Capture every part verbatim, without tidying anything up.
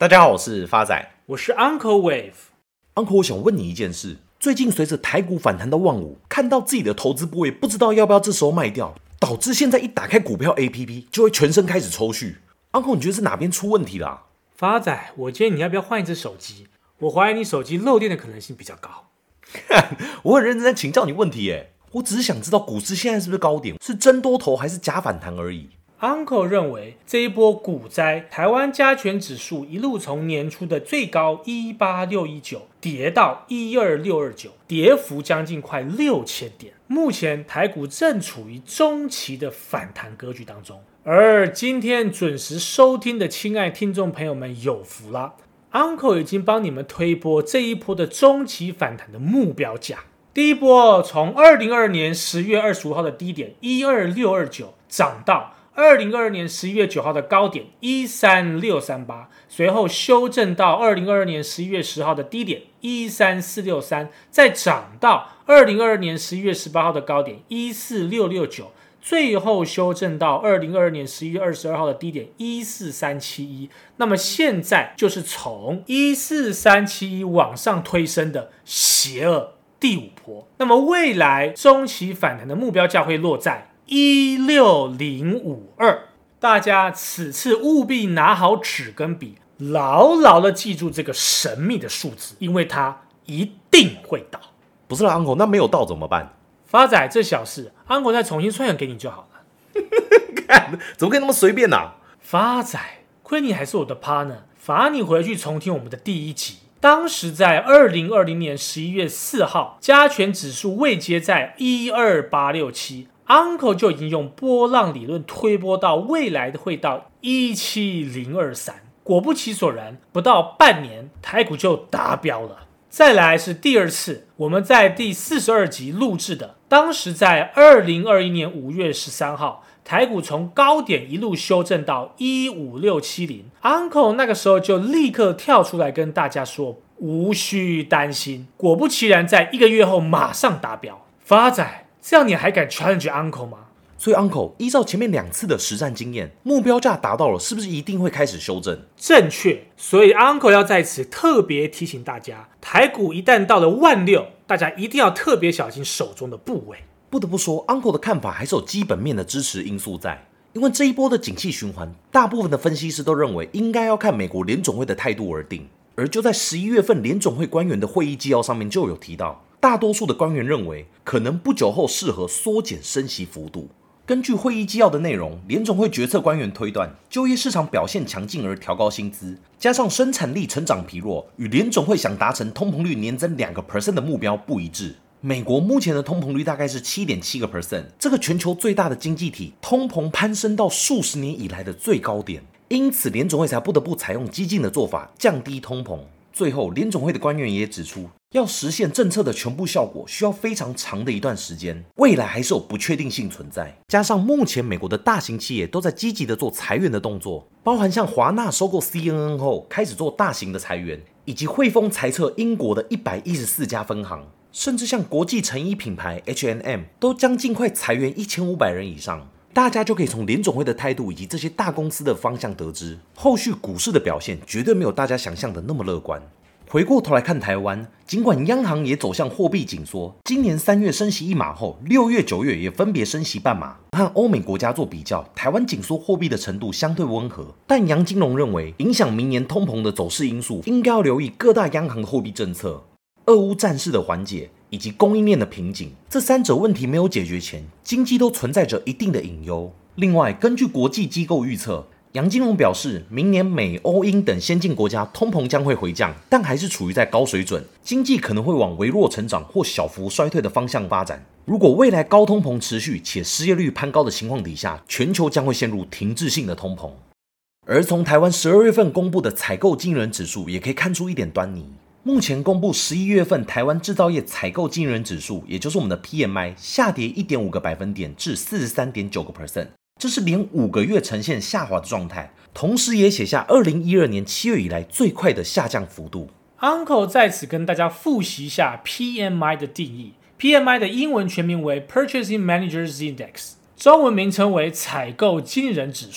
大家好，我是发仔， 我是 Uncle Wave。Uncle， 我想问你一件事：最近随着台股反弹到万五，看到自己的投资部位，不知道要不要这时候卖掉，导致现在一打开股票 A P P 就会全身开始抽搐。Uncle， 你觉得是哪边出问题啦、啊？ 发仔，我建议你要不要换一只手机？我怀疑你手机漏电的可能性比较高。 我很认真在请教你问题耶，我只是想知道股市现在是不是高点，是真多头还是假反弹而已。 Uncle 认为这一波股灾，台湾加权指数一路从年初的最高一八六一九跌到一二六二九，跌幅将近快六千点。目前台股正处于中期的反弹格局当中，而今天准时收听的亲爱听众朋友们有福了， Uncle 已经帮你们推播这一波的中期反弹的目标价。第一波从二零二二年十月二十五号的低点一二六二九涨到二零二二年十一月九号的高点一三六三八，随后修正到二零二二年十一月十号的低点一三四六三，再涨到二零二二年十一月十八号的高点一四六六九，最后修正到二零二二年十一月二十二号的低点一四三七一。那么现在就是从一四三七一往上推升的邪恶第五波。那么未来中期反弹的目标价会落在一六零五二，大家此次务必拿好纸跟笔，牢牢的记住这个神秘的数字，因为它一定会到。 不是啦 ，Uncle， 那没有到怎么办？ 发仔，这小事 ，Uncle 再重新算给你就好了。 看，怎么可以那么随便啊？ 发仔，亏你还是我的 partner， 罚你回去重听我们的第一集。当时在二零二零年十一月四号，加权指数位阶在一二八六七。Uncle 就已经用波浪理论推播到未来的会到一七零二三，果不其然，不到半年台股就达标了。再来是第二次，我们在第四十二集录制的，当时在二零二一年五月十三号，台股从高点一路修正到一五六七零， Uncle 那个时候就立刻跳出来跟大家说无需担心，果不其然，在一个月后马上达标。发仔，这样你还敢 challenge Uncle 吗？ 所以 Uncle 依照前面两次的实战经验，目标价达到了，是不是一定会开始修正？ 正确。所以 Uncle 要在此特别提醒大家，台股一旦到了万六，大家一定要特别小心手中的部位。 不得不说 Uncle 的看法还是有基本面的支持因素在，因为这一波的景气循环，大部分的分析师都认为应该要看美国联总会的态度而定。而就在十一月份联总会官员的会议纪要上面就有提到，大多数的官员认为可能不久后适合缩减升息幅度。根据会议纪要的内容，联总会决策官员推断，就业市场表现强劲而调高薪资，加上生产力成长疲弱，与联总会想达成通膨率年增 百分之二 的目标不一致。美国目前的通膨率大概是 百分之七点七， 这个全球最大的经济体，通膨攀升到数十年以来的最高点，因此联总会才不得不采用激进的做法，降低通膨。最后，联总会的官员也指出，要实现政策的全部效果，需要非常长的一段时间，未来还是有不确定性存在。加上目前美国的大型企业都在积极的做裁员的动作，包含像华纳收购 C N N 后开始做大型的裁员，以及汇丰裁撤英国的一百一十四家分行，甚至像国际成衣品牌 H and M 都将尽快裁员一千五百人以上。大家就可以从联总会的态度以及这些大公司的方向得知，后续股市的表现绝对没有大家想象的那么乐观。回过头来看台湾，尽管央行也走向货币紧缩，今年三月升息一码后，六月、九月也分别升息半码。和欧美国家做比较，台湾紧缩货币的程度相对温和。但杨金龙认为，影响明年通膨的走势因素，应该要留意各大央行的货币政策、俄乌战事的缓解以及供应链的瓶颈。这三者问题没有解决前，经济都存在着一定的隐忧。另外，根据国际机构预测，杨金龙表示，明年美、欧、英等先进国家通膨将会回降，但还是处于在高水准，经济可能会往微弱成长或小幅衰退的方向发展。如果未来高通膨持续且失业率攀高的情况底下，全球将会陷入停滞性的通膨。而从台湾十二月份公布的采购经理人指数也可以看出一点端倪。目前公布十一月份台湾制造业采购经理人指数，也就是我们的 P M I 下跌 一点五个百分点至 四十三点九 percent，这是连五个月呈现下滑的状态，同时也写下二零一二年七月以来最快的下降幅度。 Uncle 在此跟大家复习一下 P M I 的定义。P M I 的英文全名为 Purchasing Managers Index， 中文名称为采购经理人指数。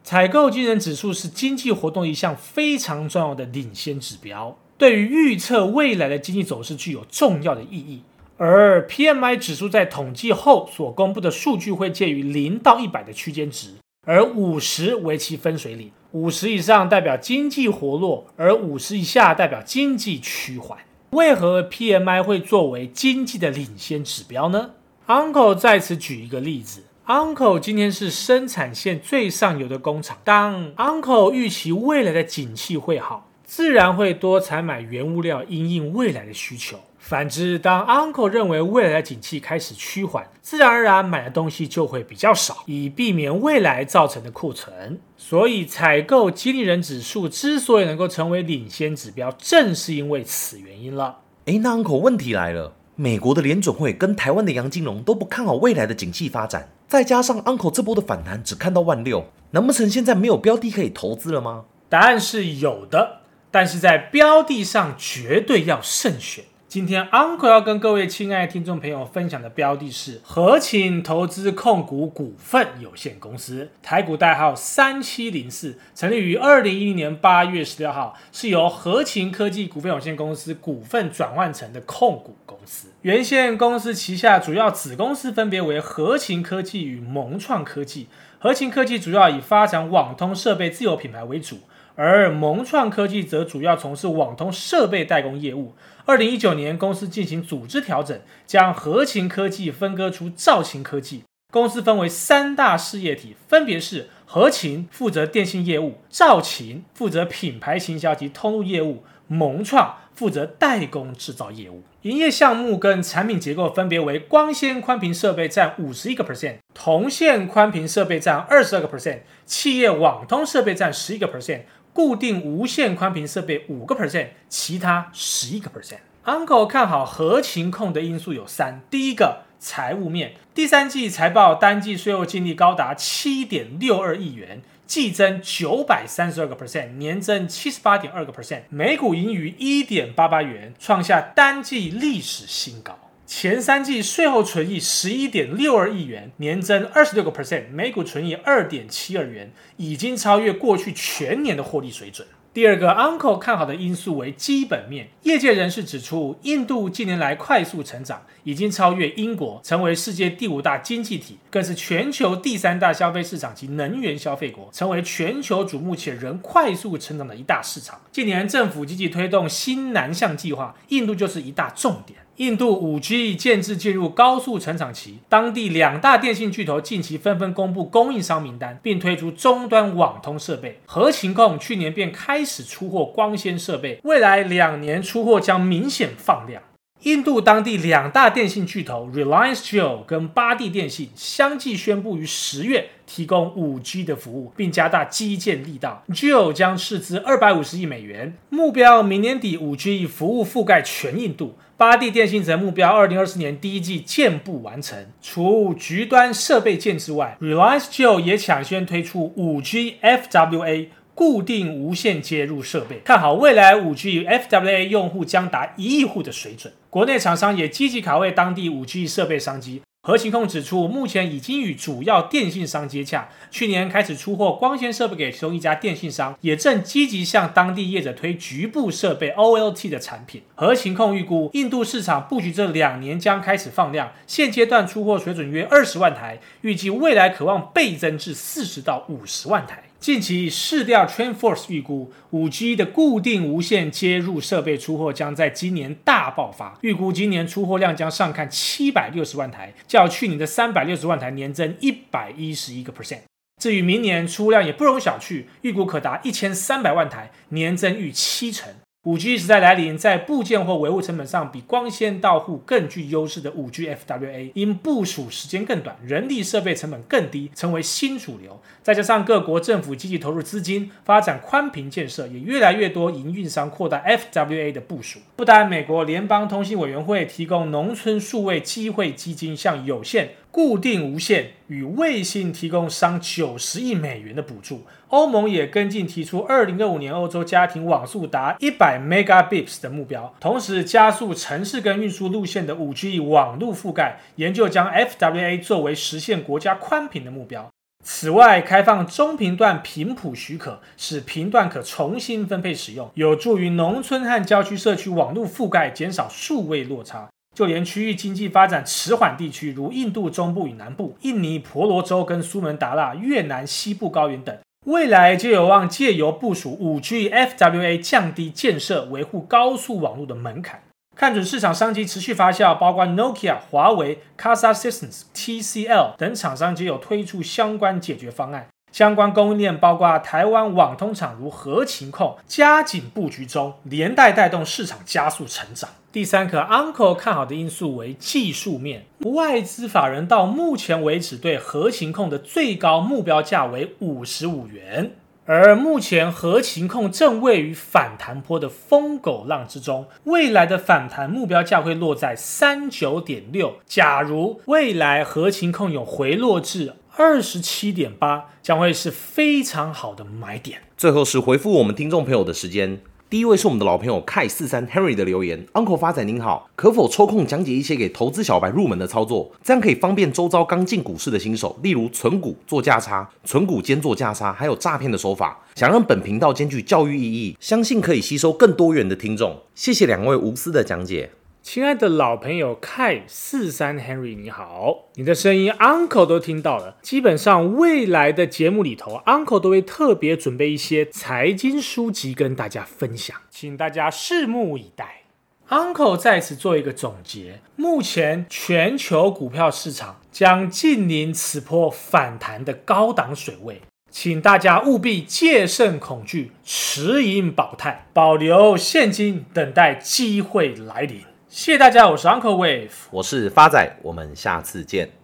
采购经理人指数是经济活动一项非常重要的领先指标，对于预测未来的经济走势具有重要的意义。而 P M I 指数在统计后所公布的数据会介于零到一百的区间值，而五十为其分水岭，五十以上代表经济活络，而五十以下代表经济趋缓。为何 P M I 会作为经济的领先指标呢？ Uncle 在此举一个例子。Uncle 今天是生产线最上游的工厂，当 Uncle 预期未来的景气会好，自然会多采买原物料因应未来的需求。反之，当 Uncle 认为未来的景气开始趋缓，自然而然买的东西就会比较少，以避免未来造成的库存。所以采购经理人指数之所以能够成为领先指标，正是因为此原因了。 诶，那 Uncle 问题来了，美国的联准会跟台湾的杨金龙都不看好未来的景气发展，再加上 Uncle 这波的反弹只看到万六，难不成现在没有标的可以投资了吗？ 答案是有的，但是在标的上绝对要慎选。今天 Uncle 要跟各位亲爱的听众朋友分享的标的是和勤投资控股股份有限公司，台股代号三七零四，成立于二零一零年八月十六号，是由和勤科技股份有限公司股份转换成的控股公司。原先公司旗下主要子公司分别为和勤科技与蒙创科技。和勤科技主要以发展网通设备自有品牌为主，而蒙创科技则主要从事网通设备代工业务。二零一九年，公司进行组织调整，将和勤科技分割出兆勤科技。公司分为三大事业体，分别是和勤负责电信业务，兆勤负责品牌行销及通路业务，蒙创负责代工制造业务。营业项目跟产品结构分别为光纤宽频设备占 百分之五十一， 铜线宽频设备占 百分之二十二， 企业网通设备占 百分之十一，固定无线宽频设备 百分之五， 其他 百分之十一。 Uncle 看好和勤控的因素有三。第一个，财务面，第三季财报单季税后净利高达 七点六二亿元，季增 百分之九百三十二， 年增 百分之七十八点二， 每股盈余 一点八八元，创下单季历史新高。前三季税后纯益 十一点六二亿元，年增 百分之二十六， 每股纯益 二点七二元，已经超越过去全年的获利水准。第二个 Uncle 看好的因素为基本面，业界人士指出，印度近年来快速成长，已经超越英国，成为世界第五大经济体，更是全球第三大消费市场及能源消费国，成为全球瞩目且仍快速成长的一大市场。近年政府积极推动新南向计划，印度就是一大重点。印度 五 G 建制进入高速成长期，当地两大电信巨头近期纷纷公布供应商名单，并推出终端网通设备。和勤控去年便开始出货光纤设备，未来两年出货将明显放量。印度当地两大电信巨头 Reliance Jio 跟巴蒂电信相继宣布于十月提供 五 G 的服务，并加大基建力道。Jio 将斥资二百五十亿美元，目标明年底 五 G 服务覆盖全印度。巴蒂电信则目标二零二四年第一季建布完成。除局端设备建制外， Reliance Jio 也抢先推出 五 G F W A固定无线接入设备，看好未来 五 G F W A 用户将达一亿户的水准。国内厂商也积极卡位当地 五 G 设备商机。和勤控指出，目前已经与主要电信商接洽，去年开始出货光纤设备给其中一家电信商，也正积极向当地业者推局部设备 O L T 的产品。和勤控预估，印度市场布局这两年将开始放量，现阶段出货水准约二十万台，预计未来可望倍增至四十到五十万台。近期市调 TrendForce 预估 五 G 的固定无线接入设备出货将在今年大爆发，预估今年出货量将上看七百六十万台，较去年的三百六十万台年增 一百一十一。 至于明年出货量也不容小觑，预估可达一千三百万台，年增逾七成。五 G 时代来临，在部件或维护成本上比光纤到户更具优势的 五 G F W A， 因部署时间更短，人力设备成本更低，成为新主流。再加上各国政府积极投入资金发展宽频建设，也越来越多营运商扩大 F W A 的部署。不但美国联邦通信委员会提供农村数位机会基金向有线、固定无线与卫星提供商九十亿美元的补助，欧盟也跟进提出二零二五年欧洲家庭网速达一百 megabits 的目标，同时加速城市跟运输路线的 五 G 网络覆盖，研究将 F W A 作为实现国家宽频的目标。 此外，开放中频段频谱许可，使频段可重新分配使用，有助于农村和郊区社区网络覆盖，减少数位落差。就连区域经济发展迟缓地区，如印度中部与南部、印尼婆罗洲跟苏门答腊、越南西部高原等，未来就有望借由部署 五 G F W A 降低建设、维护高速网络的门槛。看准市场商机持续发酵，包括 Nokia、华为、Casa Systems、T C L 等厂商皆有推出相关解决方案。相关供应链包括台湾网通厂如合勤控，加紧布局中，连带带动市场加速成长。第三个 Uncle 看好的因素为技术面，外资法人到目前为止对合勤控的最高目标价为五十五元。而目前合勤控正位于反弹波的疯狗浪之中，未来的反弹目标价会落在 三十九点六。 假如未来合勤控有回落至 二十七点八， 将会是非常好的买点。 最后是回复我们听众朋友的时间。第一位是我们的老朋友 Kai 四三 Henry 的留言 Uncle 发仔您好，可否抽空讲解一些给投资小白入门的操作，这样可以方便周遭刚进股市的新手，例如存股做价差、存股兼做价差，还有诈骗的手法，想让本频道兼具教育意义，相信可以吸收更多元的听众。谢谢两位无私的讲解。 亲爱的老朋友 Kai 四三 Henry 你好，你的声音 Uncle 都听到了。基本上未来的节目里头 Uncle 都会特别准备一些财经书籍跟大家分享，请大家拭目以待。 Uncle 在此做一个总结，目前全球股票市场将近临此波反弹的高档水位，请大家务必戒慎恐惧，持盈保泰，保留现金，等待机会来临。谢谢大家，我是 Uncle Wave， 我是发仔，我们下次见。